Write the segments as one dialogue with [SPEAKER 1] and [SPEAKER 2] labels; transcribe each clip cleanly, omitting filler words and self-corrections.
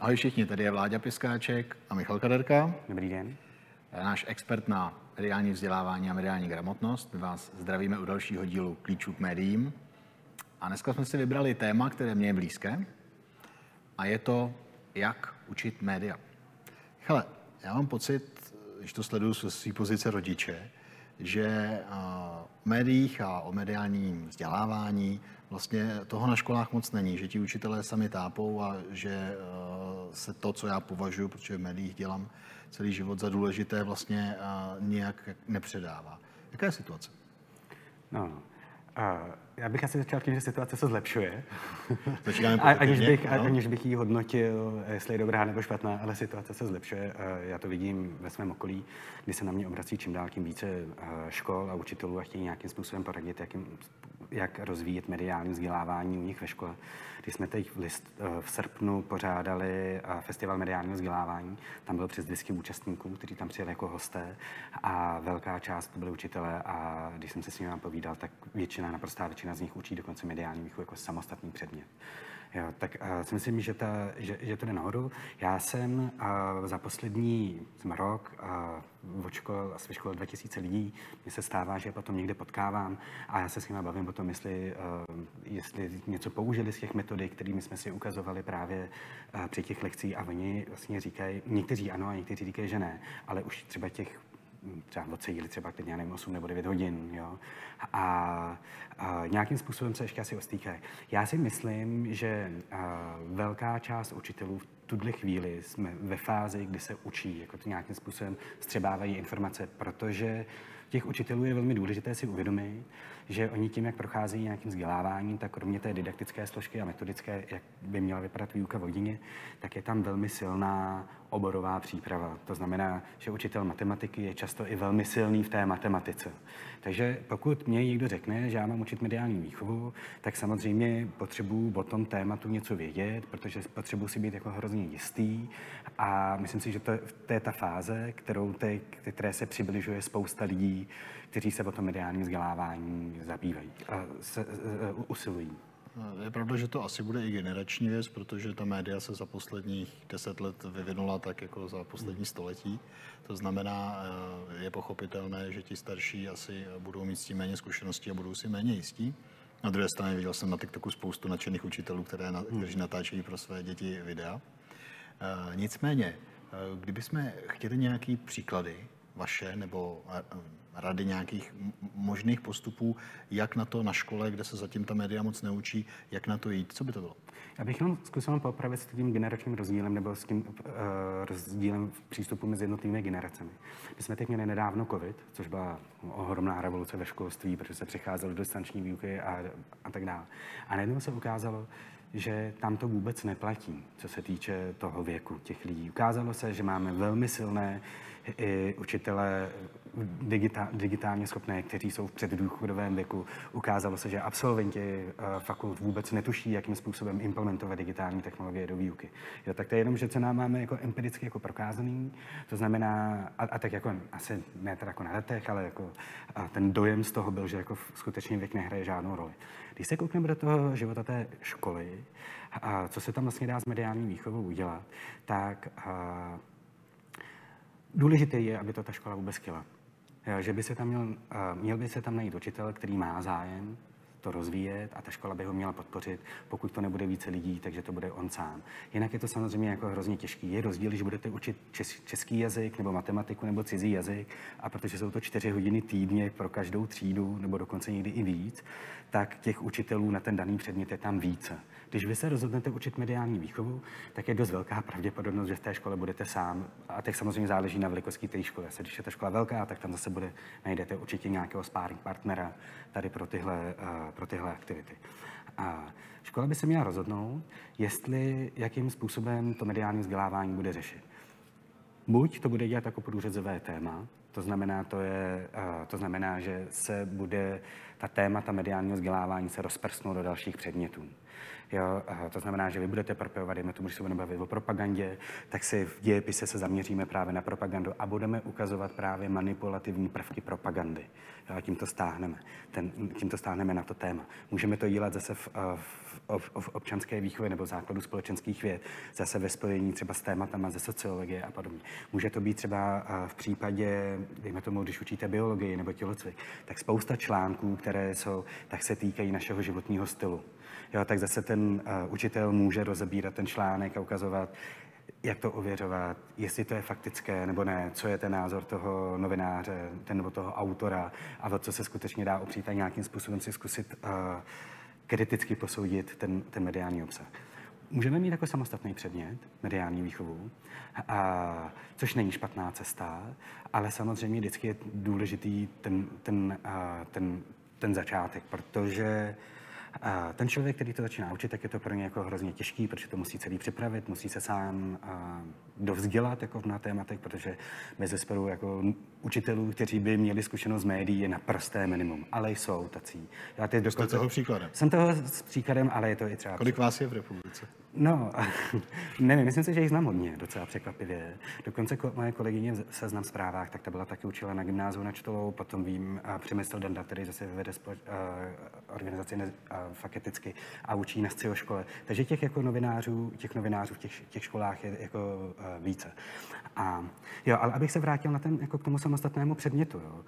[SPEAKER 1] Ahoj všichni, tady je Vláďa Piskáček a Michal Kaderka.
[SPEAKER 2] Dobrý den.
[SPEAKER 1] Náš expert na mediální vzdělávání a mediální gramotnost. My vás zdravíme u dalšího dílu Klíčů k médiím. A dneska jsme si vybrali téma, které mě je blízké. A je to, jak učit média. Hele, já mám pocit, když to sleduju ze své pozice rodiče, že v médiích a o mediálním vzdělávání vlastně toho na školách moc není, že ti učitelé sami tápou a že se to, co já považuji, protože v médiích dělám celý život za důležité, vlastně nijak nepředává. Jaká je situace?
[SPEAKER 2] Já bych asi začal tím, že situace se zlepšuje.
[SPEAKER 1] Aniž
[SPEAKER 2] bych ji hodnotil, jestli je dobrá nebo špatná, ale situace se zlepšuje. Já to vidím ve svém okolí, kdy se na mě obrací čím dál tím více škol a učitelů a chtějí nějakým způsobem poradit, jak rozvíjet mediální vzdělávání u nich ve škole. Když jsme teď v srpnu pořádali festival mediálního vzdělávání, tam bylo přes 200 účastníků, kteří tam přijeli jako hosté a velká část to byli učitelé a když jsem se s nimi povídal, tak naprostá většina z nich učí dokonce mediální výchovu jako samostatný předmět. Jo, tak si myslím, že to jde nahoru. Já jsem za poslední rok od škol, asi ve škole 2000 lidí, mně se stává, že je potom někde potkávám a já se s nimi bavím o tom, jestli něco použili z těch metodik, kterými jsme si ukazovali právě při těch lekcích a oni vlastně říkají, někteří ano a někteří říkají, že ne, ale už třeba odsedili třeba, teď já nevím, 8 nebo 9 hodin, jo. A nějakým způsobem se ještě asi ostýkají. Já si myslím, že velká část učitelů v tuhle chvíli jsme ve fázi, kdy se učí, jako to nějakým způsobem střebávají informace, protože těch učitelů je velmi důležité si uvědomit, že oni tím, jak procházejí nějakým vzděláváním, tak kromě té didaktické složky a metodické, jak by měla vypadat výuka v hodině, tak je tam velmi silná oborová příprava. To znamená, že učitel matematiky je často i velmi silný v té matematice. Takže pokud mě někdo řekne, že já mám učit mediální výchovu, tak samozřejmě potřebuji o tom tématu něco vědět, protože potřebuji si být jako hrozně jistý a myslím si, že to je ta fáze, které se přibližuje spousta lidí, kteří se o tom mediální vzdělávání zabývají a usilují.
[SPEAKER 1] Je pravda, že to asi bude i generační věc, protože ta média se za posledních 10 let vyvinula tak jako za poslední století. To znamená, je pochopitelné, že ti starší asi budou mít s tím méně zkušeností a budou si méně jistí. Na druhé straně viděl jsem na TikToku spoustu nadšených učitelů, kteří natáčejí pro své děti videa. Nicméně, kdybychom chtěli nějaký příklady vaše nebo rady nějakých možných postupů, jak na to na škole, kde se zatím ta média moc neučí, jak na to jít, co by to bylo?
[SPEAKER 2] Já bych jenom zkusil popravit s tím generačním rozdílem nebo s tím rozdílem v přístupu mezi jednotlivými generacemi. My jsme teď měli nedávno covid, což byla ohromná revoluce ve školství, protože se přecházelo do distanční výuky a tak dále. A najednou se ukázalo, že tam to vůbec neplatí, co se týče toho věku těch lidí. Ukázalo se, že máme velmi silné i učitele digitálně schopné, kteří jsou v předdůchodovém věku. Ukázalo se, že absolventi fakult vůbec netuší, jakým způsobem implementovat digitální technologie do výuky. Jo, tak to je jenom, že co nám máme jako empiricky jako prokázaný, to znamená, a tak jako asi ne teda jako na letech, ale jako ten dojem z toho byl, že jako skutečně věk nehraje žádnou roli. Když se koukneme do toho života té školy, co se tam vlastně dá s mediální výchovou udělat, tak důležité je, aby to ta škola vůbec chtěla. Že by se tam měl by se tam najít učitel, který má zájem to rozvíjet a ta škola by ho měla podpořit. Pokud to nebude více lidí, takže to bude on sám. Jinak je to samozřejmě jako hrozně těžký. Je rozdíl, když budete učit český jazyk nebo matematiku nebo cizí jazyk a protože jsou to 4 hodiny týdně pro každou třídu nebo dokonce někdy i víc, tak těch učitelů na ten daný předmět je tam více. Když vy se rozhodnete učit mediální výchovu, tak je dost velká pravděpodobnost, že v té škole budete sám. A teď samozřejmě záleží na velikosti té školy. Když je ta škola velká, tak tam zase najdete určitě nějakého sparring partnera tady pro tyhle aktivity. A škola by se měla rozhodnout, jakým způsobem to mediální vzdělávání bude řešit. Buď to bude dělat jako průřezové téma, to znamená, že se bude ta témata mediálního vzdělávání se rozprsnou do dalších předmětů. Jo, to znamená, že vy budete propagovat, dejme tomu, když se budeme bavit o propagandě, tak si v dějepise se zaměříme právě na propagandu a budeme ukazovat právě manipulativní prvky propagandy. Jo, a tím to stáhneme na to téma. Můžeme to dělat zase v občanské výchově nebo základu společenských věd, zase ve spojení třeba s tématama ze sociologie a podobně. Může to být třeba v případě, dejme tomu, když učíte biologii nebo tělocvik, tak spousta článků, které jsou, tak se týkají našeho životního stylu. Jo, tak zase ten učitel může rozebírat ten článek a ukazovat, jak to ověřovat, jestli to je faktické nebo ne, co je ten názor toho novináře nebo toho autora a o co se skutečně dá opřít a nějakým způsobem si zkusit kriticky posoudit ten mediální obsah. Můžeme mít jako samostatný předmět mediální výchovu, což není špatná cesta, ale samozřejmě vždycky je důležitý ten začátek, protože ten člověk, který to začíná učit, tak je to pro ně jako hrozně těžký, protože to musí celý připravit, musí se sám dovzdělat jako na tématech, protože bezesporu jako učitelů, kteří by měli zkušenost z médií, je naprosté minimum, ale jsou tací.
[SPEAKER 1] Jste toho příkladem?
[SPEAKER 2] Jsem toho s příkladem, ale je to i třeba...
[SPEAKER 1] Kolik vás je v republice?
[SPEAKER 2] No, nevím, myslím si, že jich znám hodně, docela překvapivě. Dokonce moje kolegyně v Seznam Zprávách, tak ta byla taky učila na gymnáziu na Čtolou, potom vím Přemysl Danda, který zase vede organizaci faketicky a učí na SCIO škole. Takže těch novinářů v těch školách je jako více. Ale abych se vrátil na k tomu samostatnému předmětu, jo.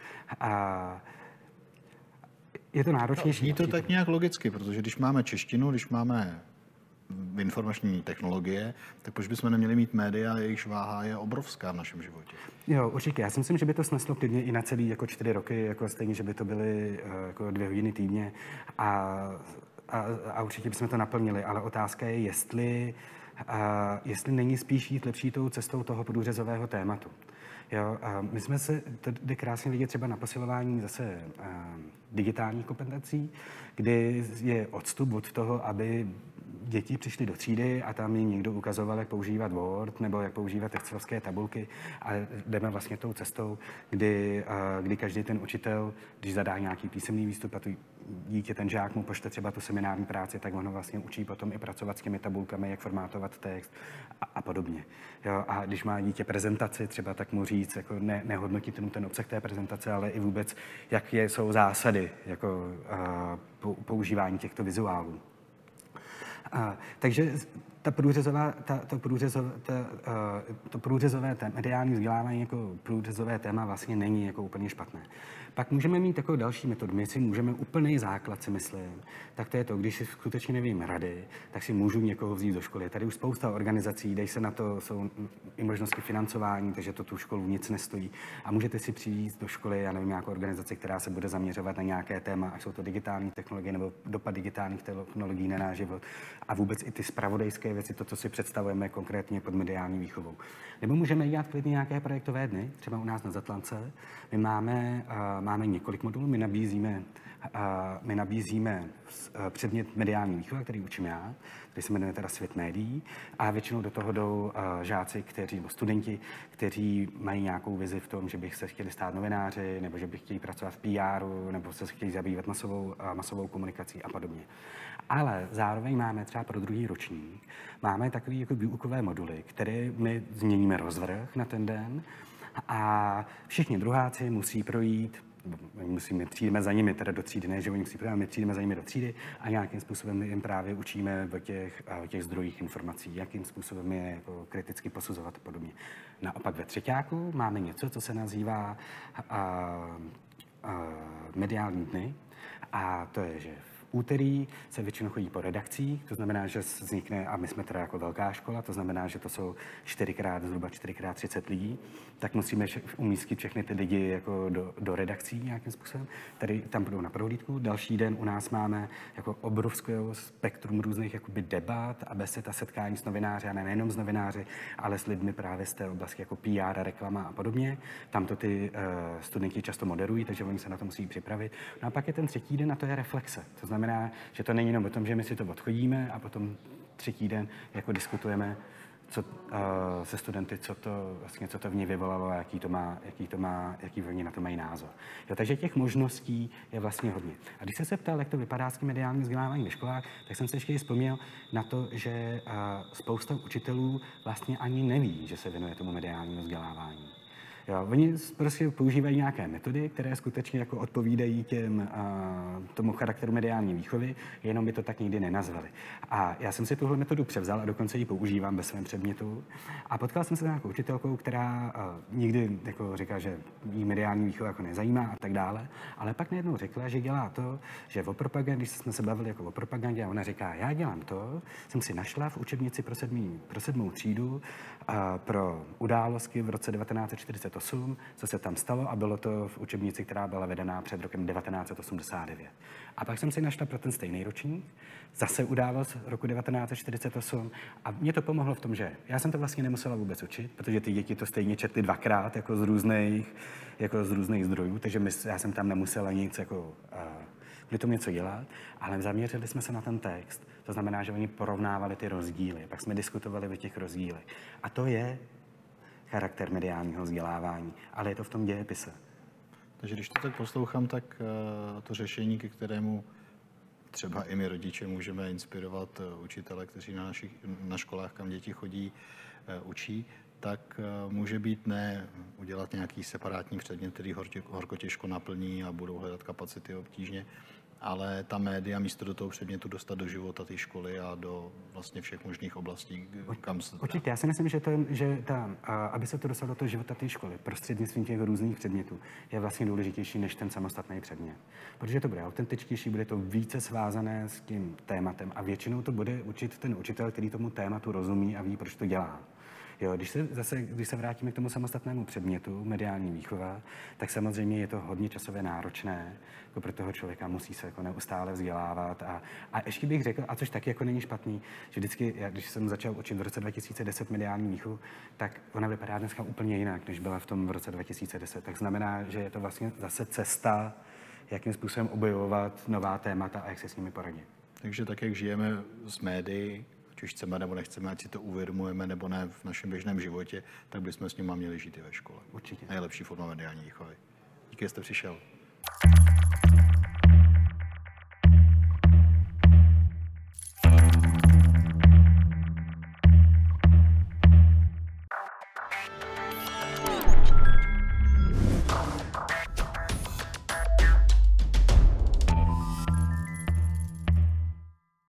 [SPEAKER 2] Je to náročnější.
[SPEAKER 1] Zní to tak nějak logicky, protože když máme češtinu, když máme informační technologie, tak proč bychom neměli mít média, jejichž váha je obrovská v našem životě?
[SPEAKER 2] Jo, určitě. Já si myslím, že by to sneslo klidně i na celý 4 roky, stejně, že by to byly 2 hodiny týdně a určitě bychom to naplnili, ale otázka je, jestli není spíš jít lepší tou cestou toho průřezového tématu. Jo, a my jsme se, to jde krásně vidět třeba na posilování zase digitálních kompetencí, kdy je odstup od toho, aby děti přišly do třídy a tam jim někdo ukazoval, jak používat Word nebo jak používat excelovské tabulky a jdeme vlastně tou cestou, kdy každý ten učitel, když zadá nějaký písemný výstup a dítě, ten žák mu pošle třeba tu seminární práci, tak ono vlastně učí potom i pracovat s těmi tabulkami, jak formátovat text a podobně. Jo, a když má dítě prezentaci třeba, tak mu říct, jako nehodnotit ten obsah té prezentace, ale i vůbec, jak jsou zásady používání těchto vizuálů. Takže to průřezové mediální vzdělávání jako průřezové téma vlastně není jako úplně špatné. Pak můžeme mít takovou další metodu. My si můžeme úplný základ, si myslím, tak to je to, když si skutečně nevím rady, tak si můžu někoho vzít do školy. Tady už spousta organizací, dej se na to, jsou i možnosti financování, takže to tu školu nic nestojí. A můžete si přijít do školy, já nevím, nějakou organizaci, která se bude zaměřovat na nějaké téma, ať jsou to digitální technologie nebo dopad digitálních technologií na náš život. A vůbec i ty zpravodajské věci, to, co si představujeme konkrétně pod mediální výchovou. Nebo můžeme dělat klidně nějaké projektové dny, třeba u nás na Zatlance. My máme několik modulů, my nabízíme předmět mediální výchova, který učím já, který se jmenuje teda Svět médií, a většinou do toho jdou žáci, nebo studenti, kteří mají nějakou vizi v tom, že bych se chtěli stát novináři, nebo že by chtěli pracovat v PR, nebo se chtěli zabývat masovou komunikací a podobně. Ale zároveň máme třeba pro druhý ročník, máme takový jako výukové moduly, které my změníme rozvrh na ten den a všichni druháci musí projít, my přijdeme za nimi teda do třídy, ne, že oni musí projít, my přijdeme za nimi do třídy a nějakým způsobem my jim právě učíme o těch zdrojích informací, jakým způsobem je jako kriticky posuzovat a podobně. Naopak ve třeťáku máme něco, co se nazývá mediální dny, a to je, že úterý se většinou chodí po redakcích, to znamená, že vznikne, a my jsme teda jako velká škola, to znamená, že to jsou zhruba 4x30 lidí, tak musíme umístit všechny ty lidi jako do redakcí nějakým způsobem. Tady tam budou na prohlídku. Další den u nás máme jako obrovské spektrum různých jakoby debat a besed a setkání s novináři, a nejenom s novináři, ale s lidmi právě z té oblasti jako PR, reklama a podobně. Tam to ty studenti často moderují, takže oni se na to musí připravit. No a pak je ten třetí den a to je reflexe. To znamená, že to není jenom o tom, že my si to odchodíme a potom třetí den jako diskutujeme se studenty, co to v ní vyvolalo a jaký oni na to mají názor. Jo, takže těch možností je vlastně hodně. A když se ptal, jak to vypadá s tím mediálním vzděláváním ve školách, tak jsem se ještě vzpomněl na to, že spousta učitelů vlastně ani neví, že se věnuje tomu mediálnímu vzdělávání. Jo, oni prostě používají nějaké metody, které skutečně jako odpovídají tomu charakteru mediální výchovy, jenom by to tak nikdy nenazvali. A já jsem si tuhle metodu převzal a dokonce ji používám ve svém předmětu. A potkal jsem se s nějakou učitelkou, která nikdy jako říká, že jí mediální výchova jako nezajímá a tak dále, ale pak najednou řekla, že dělá to, že o propagandě, když jsme se bavili jako o propagandě, a ona říká, já dělám to, jsem si našla v učebnici pro 7. třídu pro události v roce 1948, co se tam stalo, a bylo to v učebnici, která byla vedená před rokem 1989. A pak jsem si našla pro ten stejný ročník, zase událost roku 1948, a mě to pomohlo v tom, že já jsem to vlastně nemusela vůbec učit, protože ty děti to stejně četly dvakrát jako z různých zdrojů, takže já jsem tam nemusela nic jako kvůli tomu něco dělat, ale zaměřili jsme se na ten text. To znamená, že oni porovnávali ty rozdíly, pak jsme diskutovali o těch rozdílech. A to je charakter mediálního vzdělávání, ale je to v tom dějepise.
[SPEAKER 1] Takže když to tak poslouchám, tak to řešení, ke kterému třeba i my rodiče můžeme inspirovat učitele, kteří na školách, kam děti chodí, učí, tak může být ne udělat nějaký separátní předmět, který horko těžko naplní a budou hledat kapacity obtížně, ale ta média místo do toho předmětu dostat do života té školy a do vlastně všech možných oblastí, kam se to dá.
[SPEAKER 2] Určitě, já si myslím, aby se to dostalo do toho života té školy prostřednictvím těch různých předmětů, je vlastně důležitější než ten samostatný předmět. Protože to bude autentičtější, bude to více svázané s tím tématem a většinou to bude učit ten učitel, který tomu tématu rozumí a ví, proč to dělá. Jo, když se vrátíme k tomu samostatnému předmětu, mediální výchova, tak samozřejmě je to hodně časově náročné, jako pro toho člověka musí se jako neustále vzdělávat a ještě bych řekl, a což taky jako není špatný, že vždycky, když jsem začal učit v roce 2010 mediální výchovu, tak ona vypadá dneska úplně jinak, než byla v roce 2010. Tak znamená, že je to vlastně zase cesta, jakým způsobem objevovat nová témata a jak se s nimi poradit.
[SPEAKER 1] Takže tak, jak žijeme s médií, ať už chceme nebo nechceme, ať si to uvědomujeme nebo ne v našem běžném životě, tak bychom s nimi měli žít i ve škole.
[SPEAKER 2] Určitě.
[SPEAKER 1] Nejlepší forma mediální výchovy. Díky, že jste přišel.